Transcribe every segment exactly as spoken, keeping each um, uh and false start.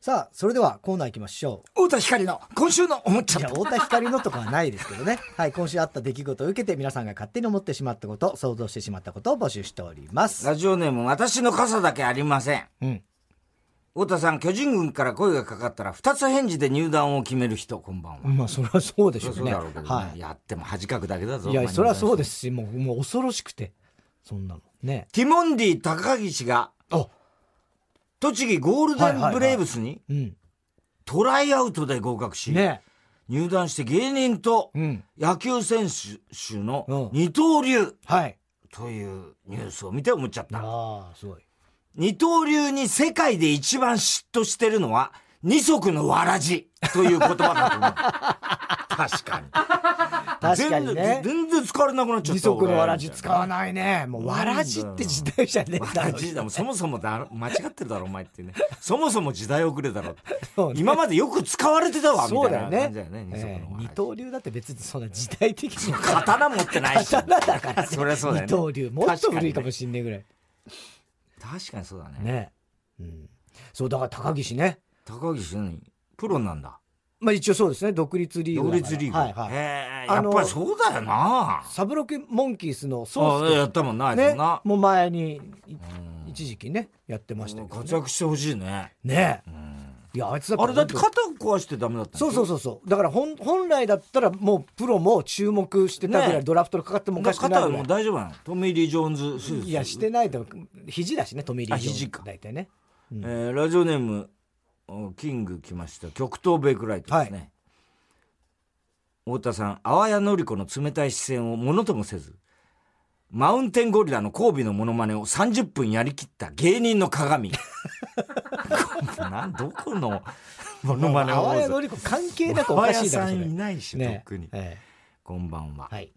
さあそれではコーナー行きましょう。太田光の今週の思っちゃった。 いや太田光のとかはないですけどねはい、今週あった出来事を受けて皆さんが勝手に思ってしまったこと、想像してしまったことを募集しております。 ラジオネーム私の傘だけありません。 うん。 太田さん、巨人軍から声がかかったら二つ返事で入団を決める人、こんばんは。 まあそれはそうでしょうね。 そうだろうけどね、 はい、 やっても恥かくだけだぞ。 いやそれはそうですし、もうもう恐ろしくてそんなのね。 ティモンディ高岸が栃木ゴールデンブレーブスにトライアウトで合格し、ね、入団して芸人と野球選手の二刀流というニュースを見て思っちゃった。 ああすごい。 二刀流に世界で一番嫉妬してるのは二足のわらじという言葉だと思う。確かに。 確かにね。 全然使われなくなっちゃった。 二足のわらじ使わないね。もうわらじって時代じゃねえだろ。 わらじだもん。そもそもだ間違ってるだろお前ってね。そもそも時代遅れだろ。ね、今までよく使われてたわみたいな感じだよね。二足のわらじ、えー、二刀流だって別にそんな時代的に刀持ってないし。 刀だから、ね。 そりゃそうだよね。 二刀流もっと古いかもしんねえぐらい。 確かにそうだね。 ね。うん。そうだから高岸ね。 高岸何プロなんだ。 まあ一応そうですね、独立リーグ。 独立リーグ。 はいはい。 へえ、やっぱりそうだよな。 サブロックモンキースのソースやったもんな、 ね、もう前に一時期ねやってましたけど、ね、 活躍してほしいね。 ねえ。いやあいつだあれだって肩壊してダメだったん。 そうそうそうそうだから本本来だったらもうプロも注目してたぐらい、ね、ドラフトにかかってもおかしくない。 肩はもう大丈夫なの。トミー・リー・ジョーンズ手術。 いやしてないと肘だしね、トミー・リー・ジョーンズ。肘か大体ね。 うん、えー、ラジオネームキング来ました。極東ベイクライトですね。はい、太田さん、淡谷のり子の冷たい視線をものともせず、マウンテンゴリラの交尾のモノマネをさんじゅっぷんやりきった芸人の鏡。なんどこのモノマネを。 淡谷のり子関係なくおかしいだろ。 淡谷さんいないし、ね、特に、ええ。こんばんは。 はい、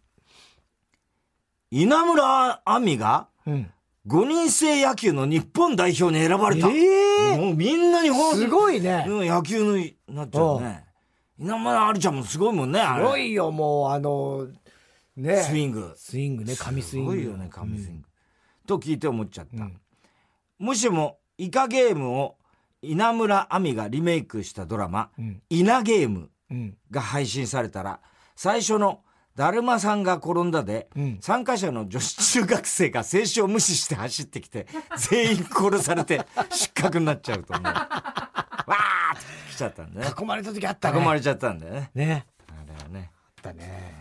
稲村亜美が、うん、ごにん制野球の日本代表に選ばれた。 えー、 もうみんなに本当にすごいね。 野球のなっちゃうね。稲村ありちゃんもすごいもんね。 すごいよ、もうあのね、 スイングスイングね、神スイング。 すごいよね、神スイング、うん、と聞いて思っちゃった、うん、もしもイカゲームを稲村亜美がリメイクしたドラマ、うん、イナゲームが配信されたら、最初のだるまさんが転んだで、うん、参加者の女子中学生が静止を無視して走ってきて全員殺されて失格になっちゃうと思う。わーって来ちゃったんだね。 囲まれた時あったね。 囲まれちゃったんだよね。 ね。 あれはね。 あったね。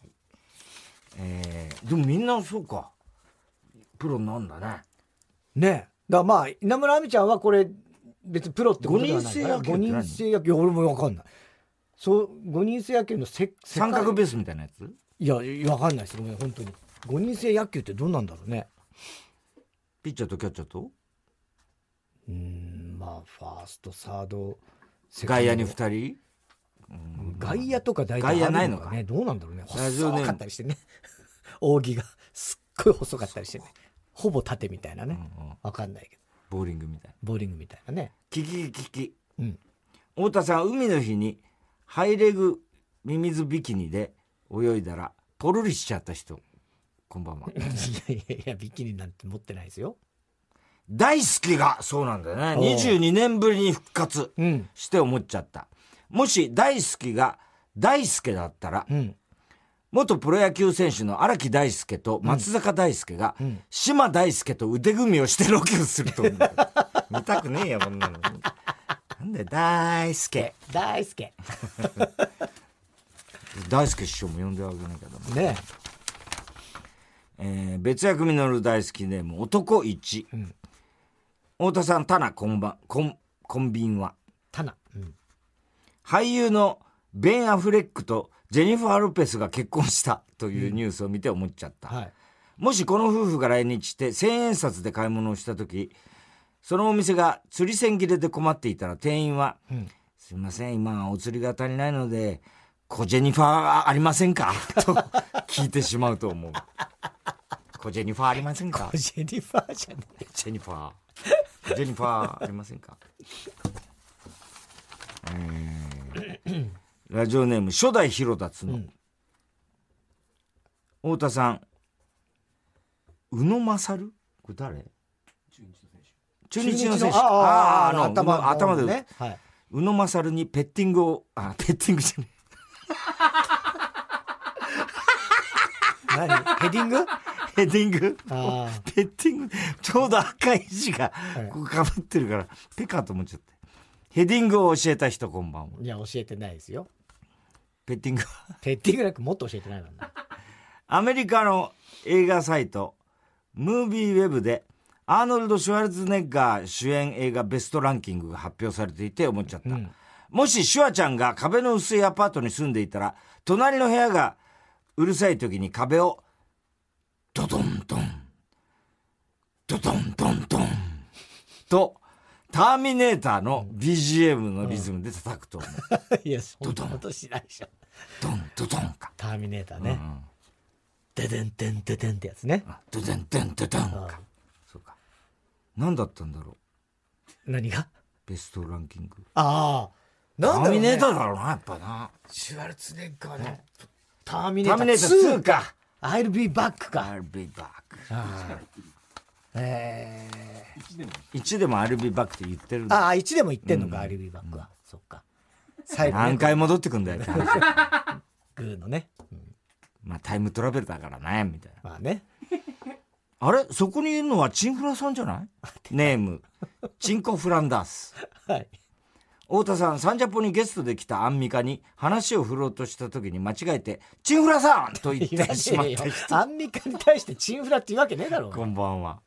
えー、でもみんなそうか。プロなんだね。 ね。だからまあ稲村亜美ちゃんはこれ別にプロってことではないから。ごにん制野球。俺も分かんない。そうごにん制野球のせ三角ベースみたいなやつ。 いや分かんないですごめん本当に。ごにん制野球ってどうなんだろうね。 ピッチャーとキャッチャーとうーんまあファーストサード外野にふたり、 うん、外野とか大体あるのかね。 どうなんだろうね。細かったりしてね。扇がすっごい細かったりしてね。ほぼ縦みたいなね、うんうん、分かんないけどボーリングみたいなボーリングみたいなね。 キキキキキ、うん、太田さん、海の日にハイレグミミズビキニで泳いだらポロリしちゃった人、こんばんは。 いやいやいやビキニなんて持ってないですよ。 大輔がそうなんだよね。にじゅうにねんぶりに復活して思っちゃった、うん、もし大輔が大輔だったら、うん、元プロ野球選手の荒木大輔と松坂大輔が、うん、島大輔と腕組みをしてロケをすると思う。見たくねえよこんなの。なんで大輔大輔大輔師匠も呼んであげなきゃダメねえ。えー、別役実る大好きネーム男一、うん、太田さん、タナこんばんこんコンビンはタナ、うん、俳優のベン・アフレックとジェニファー・ロペスが結婚したというニュースを見て思っちゃった、うんはい、もしこの夫婦が来日して千円札で買い物をした時、そのお店が釣り銭切れで困っていたら店員は、うん、すいません今お釣りが足りないのでコジェニファーありませんかと聞いてしまうと思う。コジェニファーありませんか。 コジェニファーじゃない。 ジェニファーコジェニファーありませんか。えー、ラジオネーム初代広達の、うん、太田さん、宇野勝これ誰？ 中日の選手。 ああ、 あの、 頭頭で、 ね。はい。 宇野勝にペッティングを、あ、ペッティングじゃねえ。何ヘディングヘディングあペッティング、ちょうど赤い字が、ここかぶってるから、ペカと思っちゃって。ヘディングを教えた人、こんばんは。 いや、教えてないですよ。 ペッティングペッティングなんかもっと教えてないからな。 アメリカの映画サイト、ムービーウェブで、アーノルド・シュワルツェネッガー主演映画ベストランキングが発表されていて思っちゃった。うん、もしシュワちゃんが壁の薄いアパートに住んでいたら、隣の部屋がうるさい時に壁を、ドドンドン、ドドンドンドン、と、ターミネーターの ビージーエム のリズムで叩くと思う。 うん、いや、そんなことしないでしょ。 ドン、ドドンか。 ターミネーターね。うん、デデンデンデデンってやつね。 デデンデンデデンか。そうか。何だったんだろう。何がベストランキング。 ああ。 なんだろうね、ターミネーターだろうな、やっぱな。 シュワルツェネッガーのターミネーターツーか。 I'll be back か。 I'll be back。 えー、いちでも I'll be back って言ってるんだ。 ああ、いちでも言ってんのか、うん、I'll be back は。うん、そっか。 最後、ね。何回戻ってくんだよって話。 グーのね。 うん、まあタイムトラベルだからね、みたいな。 まあね。 あれそこにいるのはチンフラさんじゃないネーム。チンコフランダース。 はい。 太田さん、サンジャポにゲストで来たアンミカに話を振ろうとした時に間違えて、チンフラさんと言ってしまった人。 アンミカに対してチンフラって言うわけねえだろう。 こんばんは。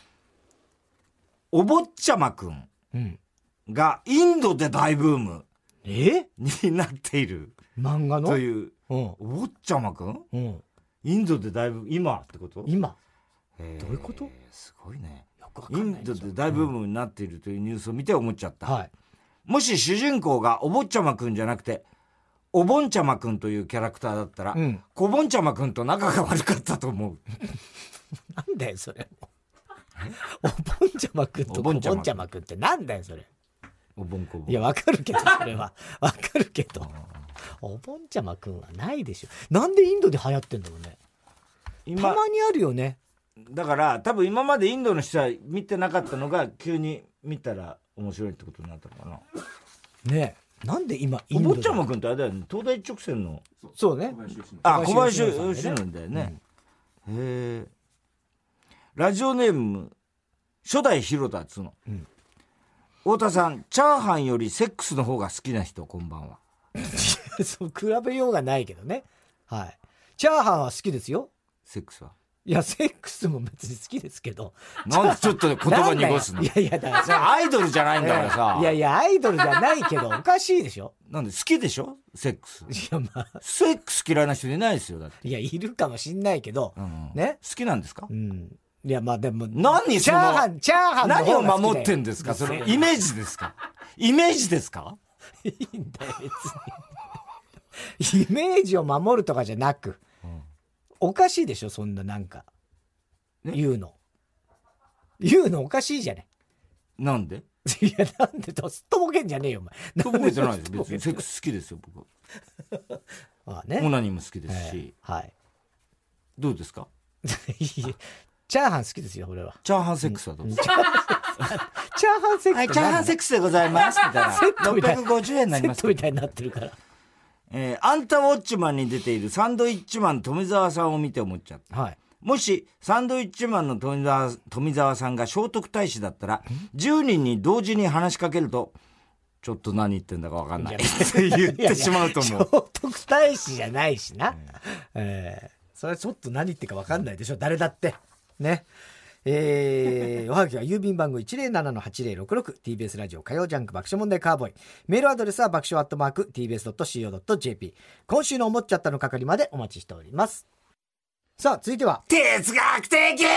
お坊ちゃまくんがインドで大ブームえになっている漫画のという、うん、お坊ちゃまくん、うん、インドで大ブーム、今ってこと今どういうこと？ すごいね。インドで大ブームになっているというニュースを見て思っちゃった。はい、もし主人公がお坊ちゃまくんじゃなくて、おぼんちゃまくんというキャラクターだったら、うん、こぼんちゃまくんと仲が悪かったと思う。 なんだよ、それ。おぼんちゃまくんとこぼんちゃまくんってなんだよ、それ。 おぼんこぼん。 いや、わかるけど、それは。わかるけど。おぼんちゃまくんはないでしょ。なんでインドで流行ってんだろうね。たまにあるよね。 だから多分今までインドの人は見てなかったのが急に見たら面白いってことになったのかな。 ねえ、なんで今インドお坊ちゃまくんってあれだよね、東大直線の。 そうね。 あ、小林よしのんだよね。うん、へえ。ラジオネーム初代広田っつうの、うん、太田さん、チャーハンよりセックスの方が好きな人、こんばんは。 そう比べようがないけどね。はい。チャーハンは好きですよ。 セックスは。 いや、セックスも別に好きですけど。 なんでちょっと言葉濁すの？ いやいや、だからさ、アイドルじゃないんだからさ。 いやいや、アイドルじゃないけど、おかしいでしょ？ なんで好きでしょセックス。 いや、まあ。 セックス嫌いな人いないですよ、だって。 いや、いるかもしんないけど、うんうん、ね。 好きなんですか？ うん。いや、まあでも。 何チャーハン、チャーハンの何を守ってんですか？それ、イメージですか？イメージですか？ いいんだよ、別に。イメージを守るとかじゃなく、うん、おかしいでしょ、そんななんか。言うの言うのおかしいじゃね。 なんで？ いや、なんでとすっとぼけんじゃねえよお前。 とぼけてないです。別にセックス好きですよ僕。 ああね。 オナニーも好きですし、 えー、はい。 どうですか？ チャーハン好きですよ俺は。 チャーハンセックスはどうですか？ チャーハンセックス、 はい、チャーハンセックスでございますみたいな。 セットみたいろっぴゃくごじゅうえんになります。 セットみたいになってるから。 えー、アンタウォッチマンに出ているサンドイッチマン富澤さんを見て思っちゃった。はい。もしサンドイッチマンの富澤、富澤さんが聖徳太子だったらじゅうにんに同時に話しかけると、ちょっと何言ってんだか分かんないって言ってしまうと思う。 聖徳太子じゃないしな、えー、それはちょっと何言ってか分かんないでしょ、誰だってね。えー、おはがきは郵便番号 いちまるななのはちまるろくろく ティービーエス ラジオ火曜ジャンク爆笑問題カーボーイ。メールアドレスは爆笑アットマーク ティービーエスドットシーオードットジェーピー。 今週の思っちゃったの係までお待ちしております。さあ続いては哲学的。すげ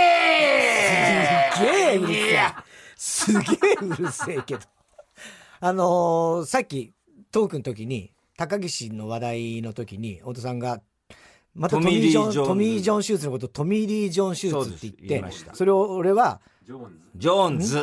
えうるせえ、すげえうるせえけどあのー、さっきトークの時に高岸の話題の時に太田さんがまたトミー・ジョン、トミー・ジョン手術のことをトミー・リー・ジョン手術って言って、 そ, それを俺はジョーンズ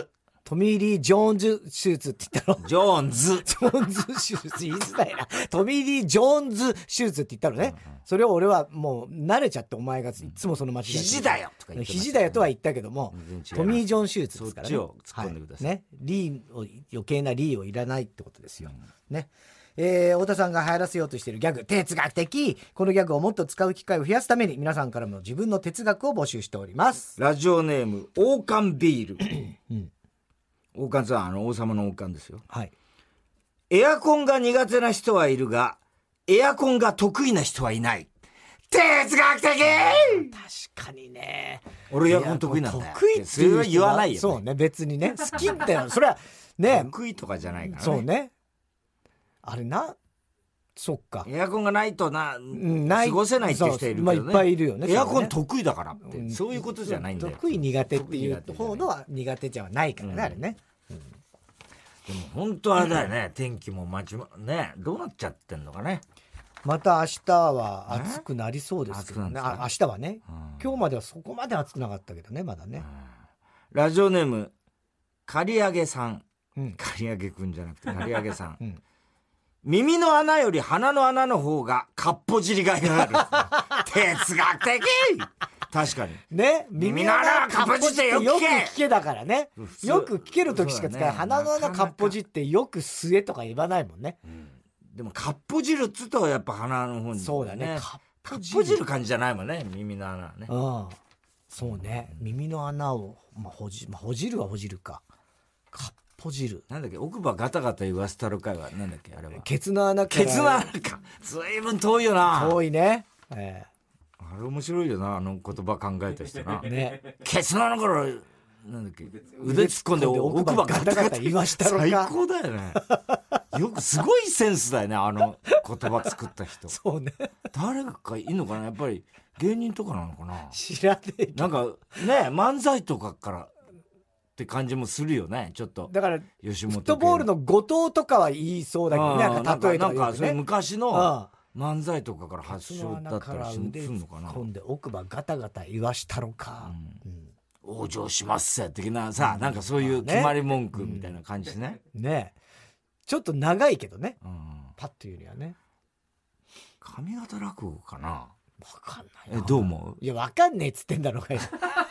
トミー・リー・ジョーンズ手術って言ったの。 ジョーンズ。 ジョーンズ手術言いづらいな。トミー・リー・ジョーンズ手術って言ったのね。うんうん、それを俺はもう慣れちゃって、お前がいつもその間違い。 肘だよとか言って、 ね。肘だよとは言ったけども、トミー・ジョーン手術ですからね。 そっちを突っ込んでください。 はい、ね。リーを、余計なリーをいらないってことですよ。うん、ね。えー、太田さんが流行らせようとしているギャグ、哲学的。このギャグをもっと使う機会を増やすために、皆さんからも自分の哲学を募集しております。 ラジオネーム、王冠ビール。うん、王冠さん、あの、王様の王冠ですよ。 はい。 エアコンが苦手な人はいるが、エアコンが得意な人はいない。哲学的。 確かにね。 俺エアコン得意なんだよ。 得意ってそれは言わないよ、ね。 そうね、別にね。好きだよ。それは、ね。 得意とかじゃないからね。 そうね。あれな、そっか。 エアコンがないとな、ない過ごせないっていう人いるけどね。 まあ、いっぱいいるよね。 エアコン得意だからって、うん、そういうことじゃないんだよ。 得意苦手っていう方のは苦手じゃないからね、うん、あれね。うん、 でも本当あれだよね、天気もまちま、ね、どうなっちゃってんのかね。 また明日は暑くなりそうですけどね。あ、明日はね、うん。今日まではそこまで暑くなかったけどね、まだね。 うん、ラジオネーム、刈り上げさん。うん、刈り上げくんじゃなくて、刈り上げさん。うん耳の穴より鼻の穴の方がかっぽ尻がいがある。哲学的。確かに。 ね、耳の穴かっぽじってよく聞けだからね。よく聞ける時しか使う。ね、鼻の穴かっぽじってよく吸えとか言わないもんね。うん、 でもかっぽ汁っつうとやっぱ鼻の方に、ね。 そうだね。 かっぽ汁感じじゃないもんね。耳の穴ね。 うん。そうね。耳の穴を、まあ、ほじ、まあ、ほじるはほじるか。かっぽ汁。 なんだっけ、奥歯ガタガタ言わせたるかいは、なんだっけ、あれは。 ケツの穴から。 ケツの穴か。ずいぶん遠いよな。 遠いね。ええー、あれ面白いよな、あの言葉考えた人な。 ね。 ケツの穴から、なんだっけ、腕突っ込んで奥歯ガタガタ言わしたろか。 最高だよね。よく、すごいセンスだよね、あの言葉作った人。 そうね。 誰かいいのかな、やっぱり芸人とかなのかな。 知らねえ。 なんか、ね、漫才とかから、って感じもするよね、ちょっと。 だから、吉本フットボールの後藤とかは言いそうだけどね、なんか例えとか、ね、 なんか、それ昔の漫才とかから発祥だったりするのかな。 今で奥歯ガタガタ言わしたろか。 うんうん、往生しますせ的なさ、うん、なんかそういう決まり文句みたいな感じですね。 うん、ねちょっと長いけどね。うん、パッと言うにはね。 上方落語かな。わかんないな。 え、どう思う？ いや、わかんねえっつってんだろうがよ。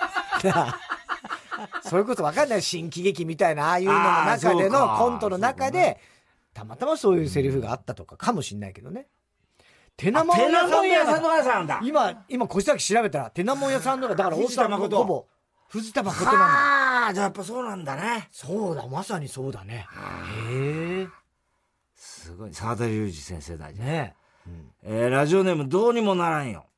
そういうこと分かんない。新喜劇みたいなああいうのの中でのコントの中でたまたまそういうセリフがあったとかかもしんないけどね。 てなもん屋さんのさんだ。 今今小崎調べたらてなもん屋さんのがだから藤田誠、 ほぼ藤田誠なんだ。 ああ、じゃあやっぱそうなんだね。 そうだ、まさにそうだね。へえ。 すごい。沢田隆二先生だじゃん。 ねえ、うんえー、ラジオネームどうにもならんよ。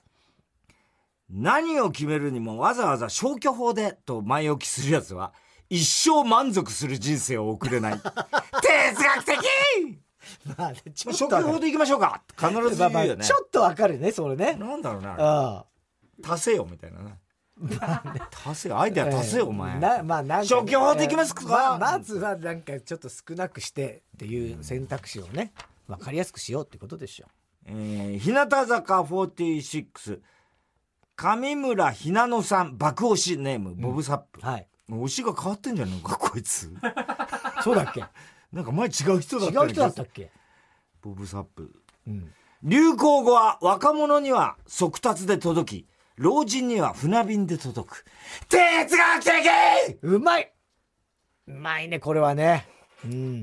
何を決めるにもわざわざ消去法でと前置きするやつは一生満足する人生を送れない。哲学的。 まあね、ちょっと消去法でいきましょうか。必ず言うよね。まあまあちょっとわかるね、それね。 なんだろうな。ああ。足せよみたいなね。まあね、足せよ、アイデア足せよ、えー、お前。 なまあなんか、ね、 消去法でいきますか。 まあ、まずはなんかちょっと少なくしてっていう選択肢をね、わかりやすくしようってことでしょ。 えー、日向坂フォーティーシックス。上村ひなのさん爆推しネームボブサップ、 うん、はい、 推しが変わってんじゃねえのかこいつ。 そうだっけ。 なんか前違う人だった違う人だったっけ。 ボブサップ、 うん、 流行語は若者には速達で届き老人には船便で届く。哲学的。 うまいうまいねこれはね。うん、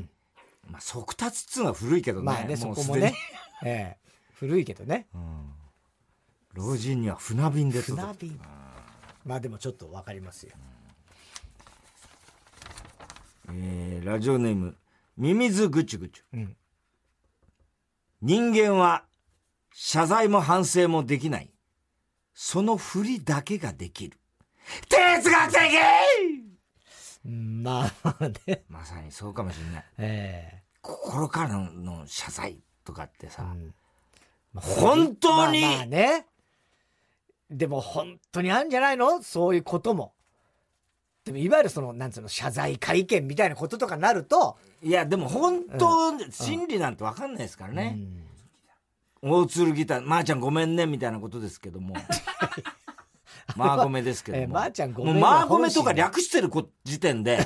まあ速達っつうのは古いけどね。 まあね、そこもね、ええ、古いけどね、うん、 老人には船便で届く。 船便。まあでもちょっとわかりますよ。 えー、ラジオネームミミズぐちゅぐちゅ、うん、人間は謝罪も反省もできない。そのふりだけができる。哲学的。 まあね。 まさにそうかもしれない。 えー、 心からの謝罪とかってさ、うんまあ、本当に、 まあまあね。でも本当にあるんじゃないの？そういうことも。でもいわゆるそのなんつうの謝罪会見みたいなこととかなると、 いやでも本当、うん、真理なんて分かんないですからね。うん、大鶴ギター、まーちゃんごめんねみたいなことですけども。まあごめですけども。 えー、まーちゃんごめんね。 もうまあごめとか略してる時点で、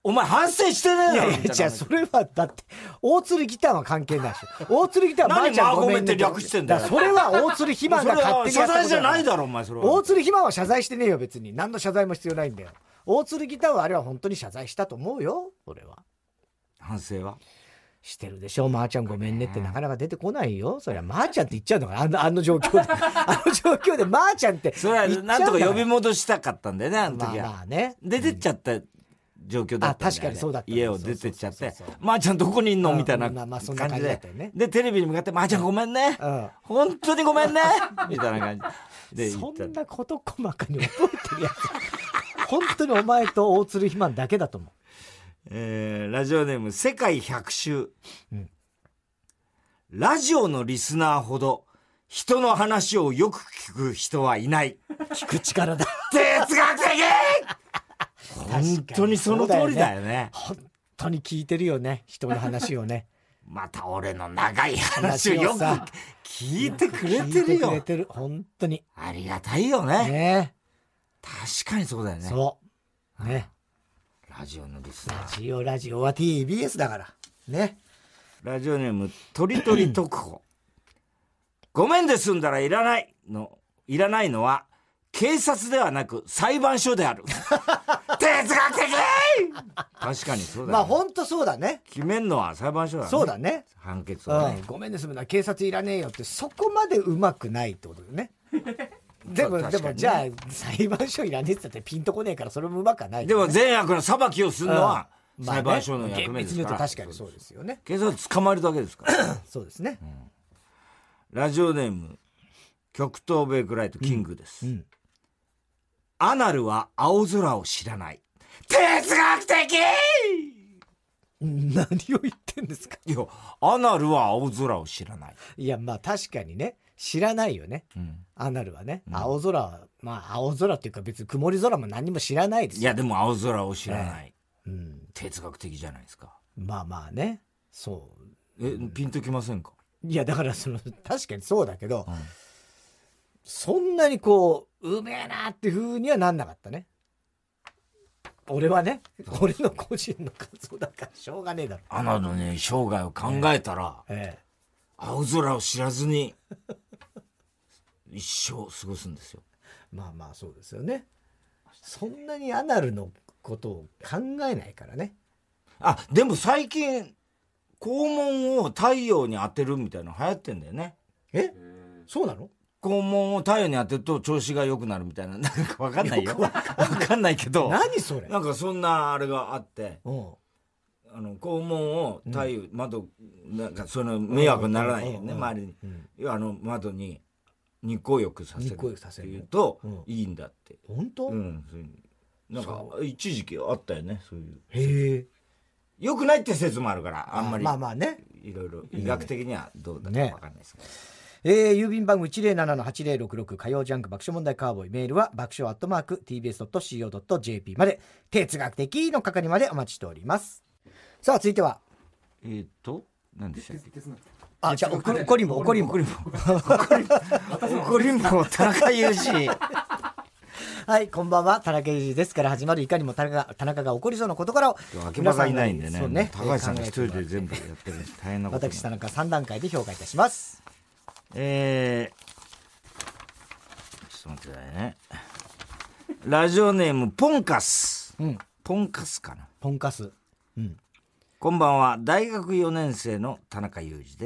お前反省してねえだろ。いやいや、 じゃあそれはだって大鶴ギターは関係ないし、大鶴ギターはまーちゃんごめんって略してんだよ。 それは大鶴ひまが勝手にやったことだ。 謝罪じゃないだろお前それは。 大鶴ひまは謝罪してねえよ別に。何の謝罪も必要ないんだよ。大鶴ギターはあれは本当に謝罪したと思うよ俺は。 反省はしてるでしょ。まーちゃんごめんねってなかなか出てこないよ。そりゃまーちゃんって言っちゃうのかな、あのあの状況であの状況でまーちゃんってそれはなんとか呼び戻したかったんだよねあの時は。 まあまあね、 出てっちゃった状況だったんだよね。あ確かにそうだった。 家を出てっちゃってまーちゃんどこにいんのみたいな感じで、でテレビに向かってまーちゃんごめんね、うん、本当にごめんねみたいな感じでそんなこと細かに覚えてるやつ本当にお前と大鶴ひまんだけだと思う。 えー、ラジオネーム世界百周、うん、ラジオのリスナーほど人の話をよく聞く人はいない。 聞く力だ。 哲学的本当にその通りだよね。 本当に聞いてるよね人の話をね。 また俺の長い話をよく聞いてくれてるよ。聞いてくれてる本当にありがたいよね。 ね、 確かにそうだよね。 そうね。 ラジオのリスナー。 ラジオラジオは ティービーエス だからね。 ラジオネームとりとり特報ごめんで済んだらいらないのいらないのは警察ではなく裁判所である。哲学的確かにそうだね。 まあ本当そうだね。 決めんのは裁判所だね。 そうだね。 判決をね、 うん、ごめんで済むのは警察いらねえよってそこまでうまくないってことだよね。でも、ね、でもじゃあ裁判所いらねえって言ったってピンとこねえからそれもうまくはない、ね、 でも善悪の裁きをするのは、うん、裁判所の役目ですから、 まあね、厳密に言うと確かにそうですよね。 警察捕まえるだけですからそうですね、うん、 ラジオネーム極東ベイクライトキングです、うんうん、アナルは青空を知らない。哲学的何を言ってんですか。 いやアナルは青空を知らない。 いやまあ確かにね知らないよね、うん、アナルはね、うん、青空はまあ青空っていうか別に曇り空も何も知らないですよ。 いやでも青空を知らない、 えーうん、 哲学的じゃないですか。 まあまあねそうえピンときませんか。 いやだからその確かにそうだけど、うん、そんなにこううめえなっていう風にはなんなかったね俺はね。俺の個人の感想だからしょうがねえだろ。 あなたのね生涯を考えたら、ええええ、青空を知らずに一生過ごすんですよ。 まあまあそうですよね。そんなにアナルのことを考えないからね。 あでも最近肛門を太陽に当てるみたいなの流行ってんだよね。 えそうなの。 肛門を太陽に当てると調子が良くなるみたいな、なんか分かんないよ。分かんないけど。 何それ。 なんかそんなあれがあって、あの肛門を太陽、うん、窓なんかその迷惑にならないよね、周りに、うん、要はあの窓に日光浴させるっていうといいんだって。 本当？ うん。なんか一時期あったよねそういう。 へえ。 良くないって説もあるからあんまり。 まあまあね。 いろいろ医学的にはどうだか分かんないですけど。ねえー、郵便番号 いちゼロななのはちゼロろくろく 火曜ジャンク爆笑問題カーボーイ。メールは爆笑アットマーク ティービーエスドットシーオードットジェーピー まで。哲学的の係までお待ちしております。さあ続いてはえー、っと何でしたっけ。 あじゃあ怒りんぼ怒りんぼ怒りんぼ怒りんぼ田中裕二はいこんばんは田中裕二ですから始まるいかにも田中田中が起こりそうな事柄を秋葉がいないんで ね, そうね高橋さんが一人で全部やってる大変なこと。 私田中さん段階で評価いたします。 えー、ちょっと待ってくださいね。ラジオネームポンカス、うん、ポンカスかな。 ポンカス、うん、 こんばんは大学よねん生の田中裕二です、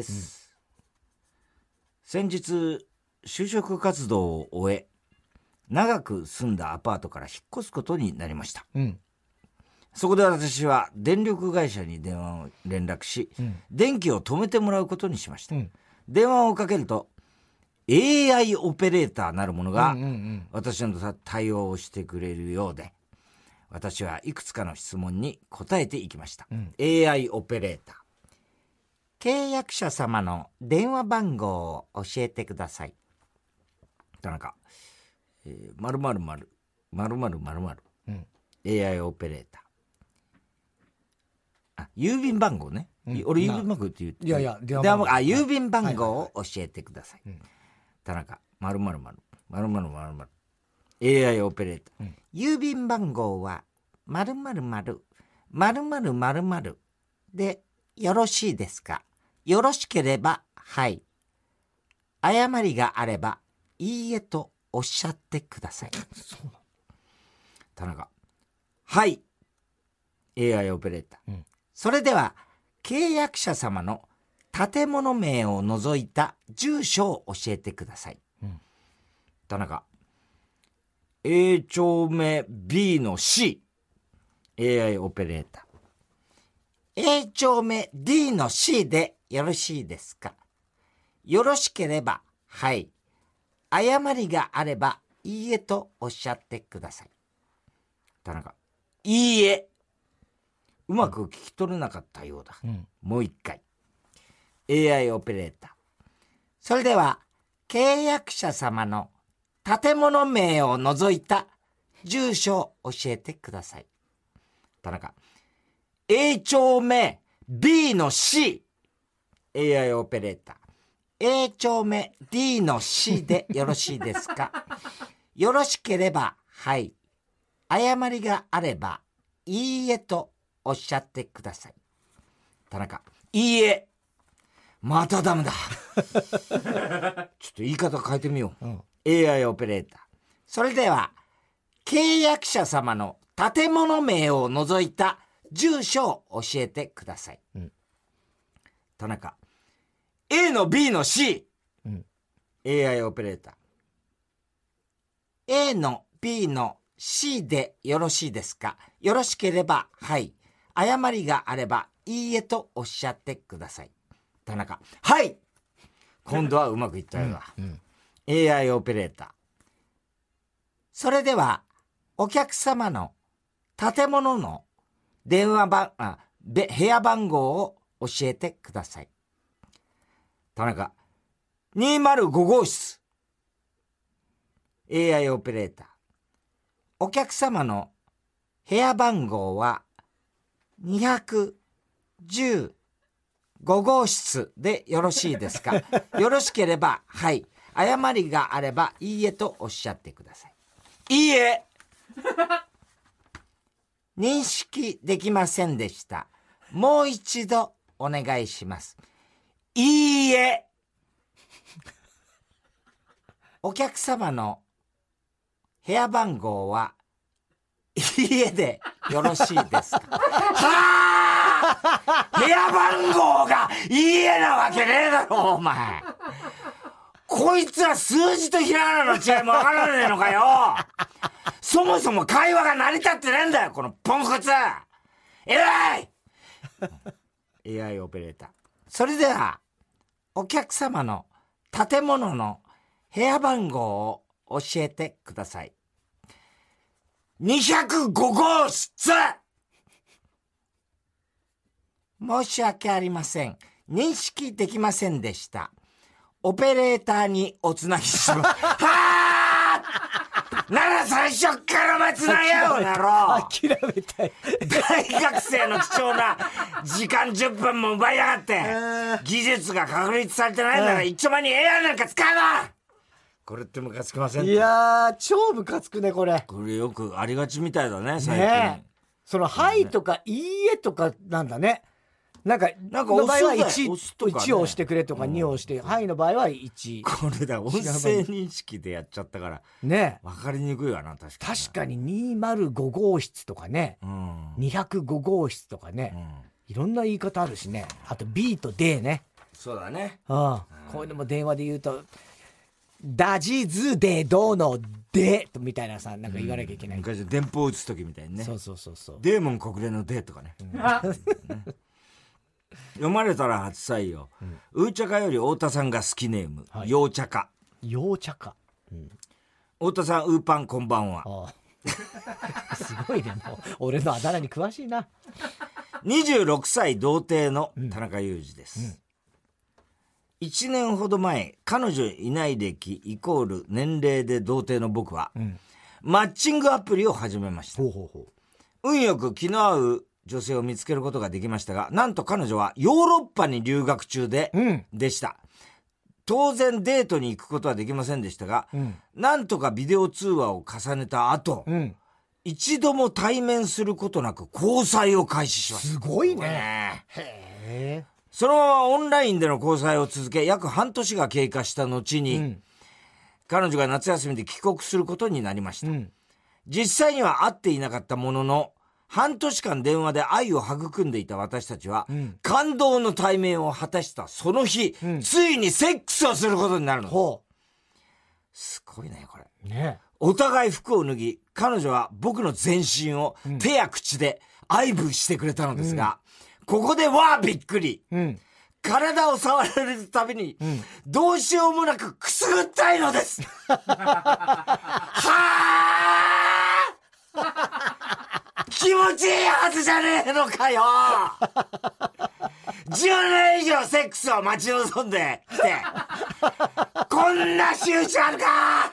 うん、先日就職活動を終え長く住んだアパートから引っ越すことになりました、うん、そこで私は電力会社に電話を連絡し、うん、電気を止めてもらうことにしました、うん、電話をかけると エーアイ オペレーターなるものが私の対応をしてくれるようで、私はいくつかの質問に答えていきました、うん、エーアイ オペレーター契約者様の電話番号を教えてください。田中えー、〇〇〇〇〇〇〇 エーアイ オペレーター。あ、郵便番号ね、うん、俺郵便番号って言って、 いやいや電話番号、あ、郵便番号を教えてください、はいはいはい、田中〇〇〇〇〇〇〇 エーアイ オペレーター、うん、郵便番号は〇〇〇 〇〇〇〇でよろしいですか？よろしければはい。誤りがあればいいえとおっしゃってください。田中。はい。エーアイ オペレーター。うん、それでは契約者様の建物名を除いた住所を教えてください。うん、田中。A 丁目 B の C。エーアイ オペレーター。A 丁目 D の C でよろしいですか？よろしければはい。誤りがあればいいえとおっしゃってください。田中。いいえ。うまく聞き取れなかったようだ。うん、もう一回。エーアイ オペレーター。それでは契約者様の建物名を除いた住所を教えてください。田中。A 丁目 B の C。エーアイ オペレーター。A 丁目 D の C でよろしいですか？よろしければはい。誤りがあればいいえとおっしゃってください。田中。いいえ。またダメだ。ちょっと言い方変えてみよう。うん、エーアイ オペレーター。それでは契約者様の建物名を除いた住所を教えてください。うん、田中。A の B の C。うん、エーアイ オペレーター。A の B の C でよろしいですか？よろしければはい。誤りがあればいいえとおっしゃってください。田中。はい。今度はうまくいったようだ。うんうん、エーアイ オペレーター。それではお客様の建物の電話番あ部屋番号を教えてください。田中。にまるご号室。エーアイ オペレーター。お客様の部屋番号はにひゃくじゅうご号室でよろしいですか？よろしければはい。誤りがあればいいえとおっしゃってください。いいえ。認識できませんでした。もう一度お願いします。いいえ。お客様の部屋番号はいいえでよろしいですか？はあ！部屋番号がいいえなわけねえだろお前。こいつは数字とひらがなの違いもわからねえのかよ。そもそも会話が成り立ってねえんだよこのポンコツ。えらい。エーアイ オペレーター。それではお客様の建物の部屋番号を教えてください。にひゃくご号室。申し訳ありません。認識できませんでした。オペレーターにおつなぎします。はぁなら最初っからお前つなげようだろ。 諦めたい。 大学生の貴重な時間じゅっぷんも奪いやがって、技術が確立されてないんだから一丁前に エーアイ なんか使うな。これってムカつきません？ いやー超ムカつくねこれ。 これよくありがちみたいだね最近。 ね、そのはいとかいいえとかなんだね。なんかなんかの場合はいち、ね、いちを押してくれとかにを押して、はいの場合はいち。 これだ音声認識でやっちゃったからね分かりにくいわな。確かに確かににまるご号室とかね、うん、にひゃくご号室とかね、うん、いろんな言い方あるしね。あと B と D ね。 そうだね、 うん、こういうのも電話で言うとダジズでどうのでみたいなさなんか言わなきゃいけない、うん、 昔電報打つ時みたいにね。 そうそうそうそうデーモン国連のでとかね、うんね読まれたら初採用、うん、うーちゃかより太田さんが好きネーム、はい、ようちゃか。 ようちゃか、うん、 太田さんウーパンこんばんは。 ああすごいねもう俺のあだ名に詳しいな。 にじゅうろくさい童貞の田中裕二です、うんうん、いちねんほど前彼女いない歴イコール年齢で童貞の僕は、うん、マッチングアプリを始めました。ほうほうほう。運よく気の合う女性を見つけることができましたが、なんと彼女はヨーロッパに留学中で、うん、でした。当然デートに行くことはできませんでしたが、うん、なんとかビデオ通話を重ねた後、うん、 一度も対面することなく交際を開始しました。 すごいね。へー。 そのままオンラインでの交際を続け、約半年が経過した後に、うん、彼女が夏休みで帰国することになりました。うん、実際には会っていなかったものの、半年間電話で愛を育んでいた私たちは、うん、感動の対面を果たしたその日、うん、ついにセックスをすることになるの。ほう。すごいね、これ。ね。お互い服を脱ぎ、彼女は僕の全身を手や口で愛撫してくれたのですが、うん、ここでわーびっくり、うん、体を触られるたびに、うん、どうしようもなくくすぐったいのです。はぁ気持ちいいはずじゃねえのかよ。じゅうねん以上セックスを待ち望んできて、こんな仕打ちあるか。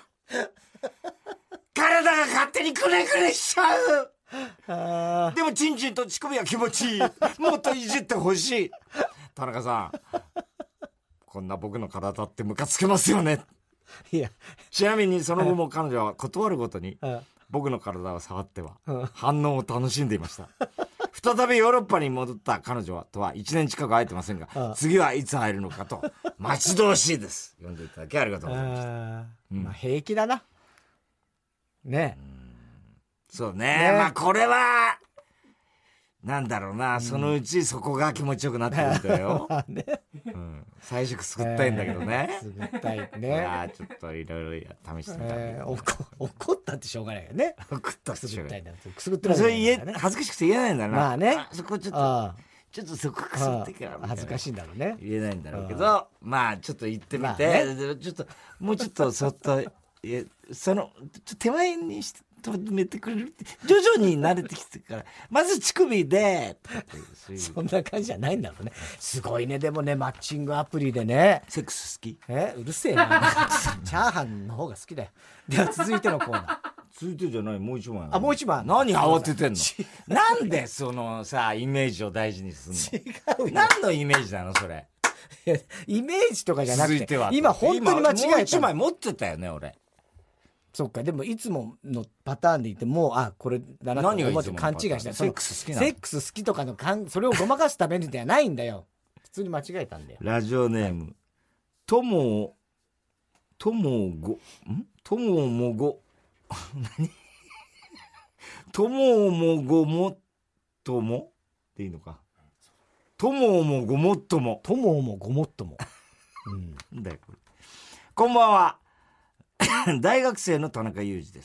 体が勝手にくねくねしちゃう。でもチンチンと乳首は気持ちいい。もっといじってほしい。田中さん、こんな僕の体ってムカつけますよね。いや、ちなみにその後も彼女は断るごとに僕の体を触っては反応を楽しんでいました。再びヨーロッパに戻った彼女はとはいちねん近く会えてませんが、次はいつ会えるのかと待ち遠しいです。読んでいただきありがとうございました。あ、 うん、まあ平気だなね。 うん、そうね、ね、まあこれはなんだろうな、うん、そのうちそこが気持ちよくなってくるんだよ、ね、うん、最初くすぐったいんだけどね、 すぐったいね。 あ、ちょっといろいろ試してみた、えー、 怒ったってしょうがないよね。 怒ったってしょうがない。 くすぐってない、 ね、それ言え恥ずかしくて言えないんだな。 まあね、 あそこちょっとちょっとそこくすってから恥ずかしいんだろうね。 言えないんだろうけど、まあちょっと言ってみて、まあね、ちょっともうちょっとそっとその手前にして止めてくれるって徐々に慣れてきてからまず乳首でそんな感じじゃないんだろうね。すごいね。でもね、マッチングアプリでね、 セックス好き？ え、うるせえな。チャーハンの方が好きだよ。では続いてのコーナー。 続いてじゃない、もう一枚。 あ、もう一枚。 何慌ててんの？なんでそのさイメージを大事にすんの？違うよ。何のイメージなのそれ？ イメージとかじゃなくて、 続いては今本当に間違えた。もう一枚持ってたよね俺。 そっか。でもいつものパターンで言ってもう、あ、これだなって思って勘違いした。 セックス好きなの？セックス好きとかのかんそれをごまかすためにではないんだよ。普通に間違えたんだよ。 ラジオネームともともごんとももご何とももごもっともっていいのか。とももごもっともとももごもっとも、 うん、なんだよこれ。こんばんは。大学生の田中裕二です。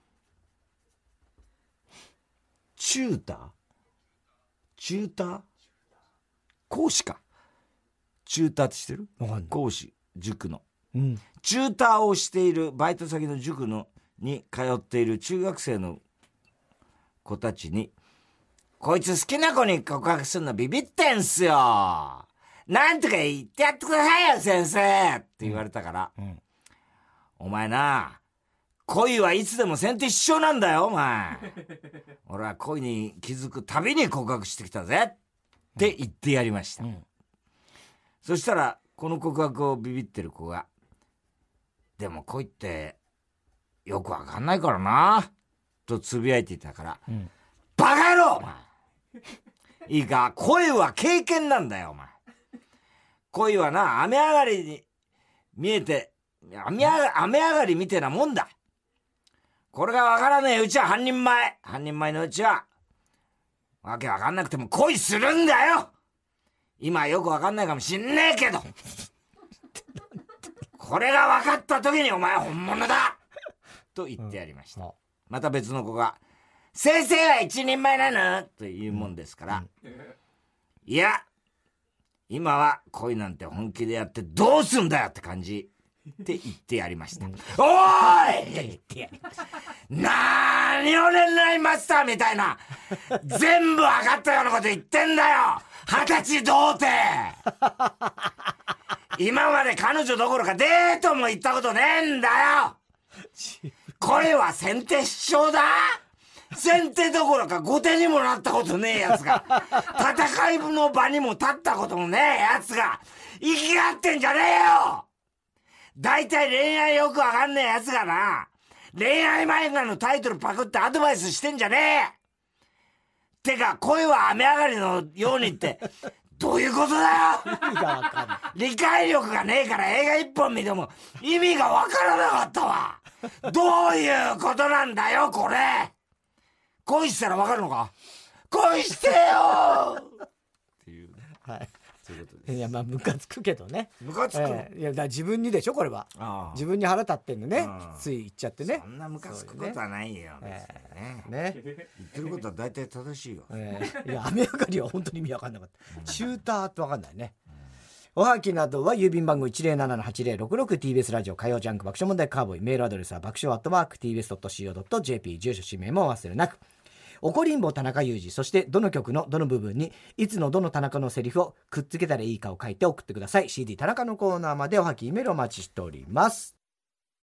チューターチューター講師か。チューターって知ってる？講師、塾の、うん、チューターをしているバイト先の塾のに通っている中学生の子たちに、こいつ好きな子に告白するのビビってんすよ、なんとか言ってやってくださいよ先生って言われたから、うんうん、お前な、恋はいつでも先手必勝なんだよお前。俺は恋に気づくたびに告白してきたぜって言ってやりました、うん、そしたらこの告白をビビってる子が、でも恋ってよくわかんないからなとつぶやいていたから、うん、バカ野郎お前いいか、恋は経験なんだよお前。恋はな、雨上がりに見えて雨上が、雨上がりみてえなもんだ。これがわからねえうちは半人前半人前のうちはわけわかんなくても恋するんだよ。今はよくわかんないかもしんねえけどこれが分かった時にお前は本物だと言ってやりました、うん、また別の子が、先生は一人前なのというもんですから、うん、いや今は恋なんて本気でやってどうすんだよって感じって言ってやりました、うん、おーい言ってやりました。なーにを恋愛マスターみたいな全部分かったようなこと言ってんだよ二十歳童貞今まで彼女どころかデートも行ったことねえんだよ。恋は先手必勝だ。先手どころか後手にもなったことねえやつが、戦いの場にも立ったこともねえやつが生きがってんじゃねえよ。大体恋愛よくわかんねえやつがな、 恋愛漫画のタイトルパクってアドバイスしてんじゃねえ。てか、恋は雨上がりのようにって、どういうことだよ。 意味がわかんない。 理解力がねえから映画一本見ても意味がわからなかったわ。どういうことなんだよ、これ。恋したらわかるのか。恋してよっていう、ね。はい。そういうことです。 いや、まあ、ムカつくけどね。 ムカつく、 えー、いや、だ自分にでしょ、これは。あ自分に腹立ってんのね。つい言っちゃってね。 そんなムカつくことはないよ。ね。えー、ね。言ってることは大体正しいよ。 えー、いや、雨上がりは本当に意味わかんなかった。シューターってわかんないね。おはきなどは郵便番号 いちゼロななのはちゼロろくろく ティービーエス ラジオ火曜ジャンク爆笑問題カーボーイ。メールアドレスは爆笑アットマーク ティービーエスドットシーオードットジェーピー。 住所氏名も忘れなく。怒りんぼ田中裕二、そしてどの曲のどの部分にいつのどの田中のセリフをくっつけたらいいかを書いて送ってください。 シーディー 田中のコーナーまでおはきメールお待ちしております。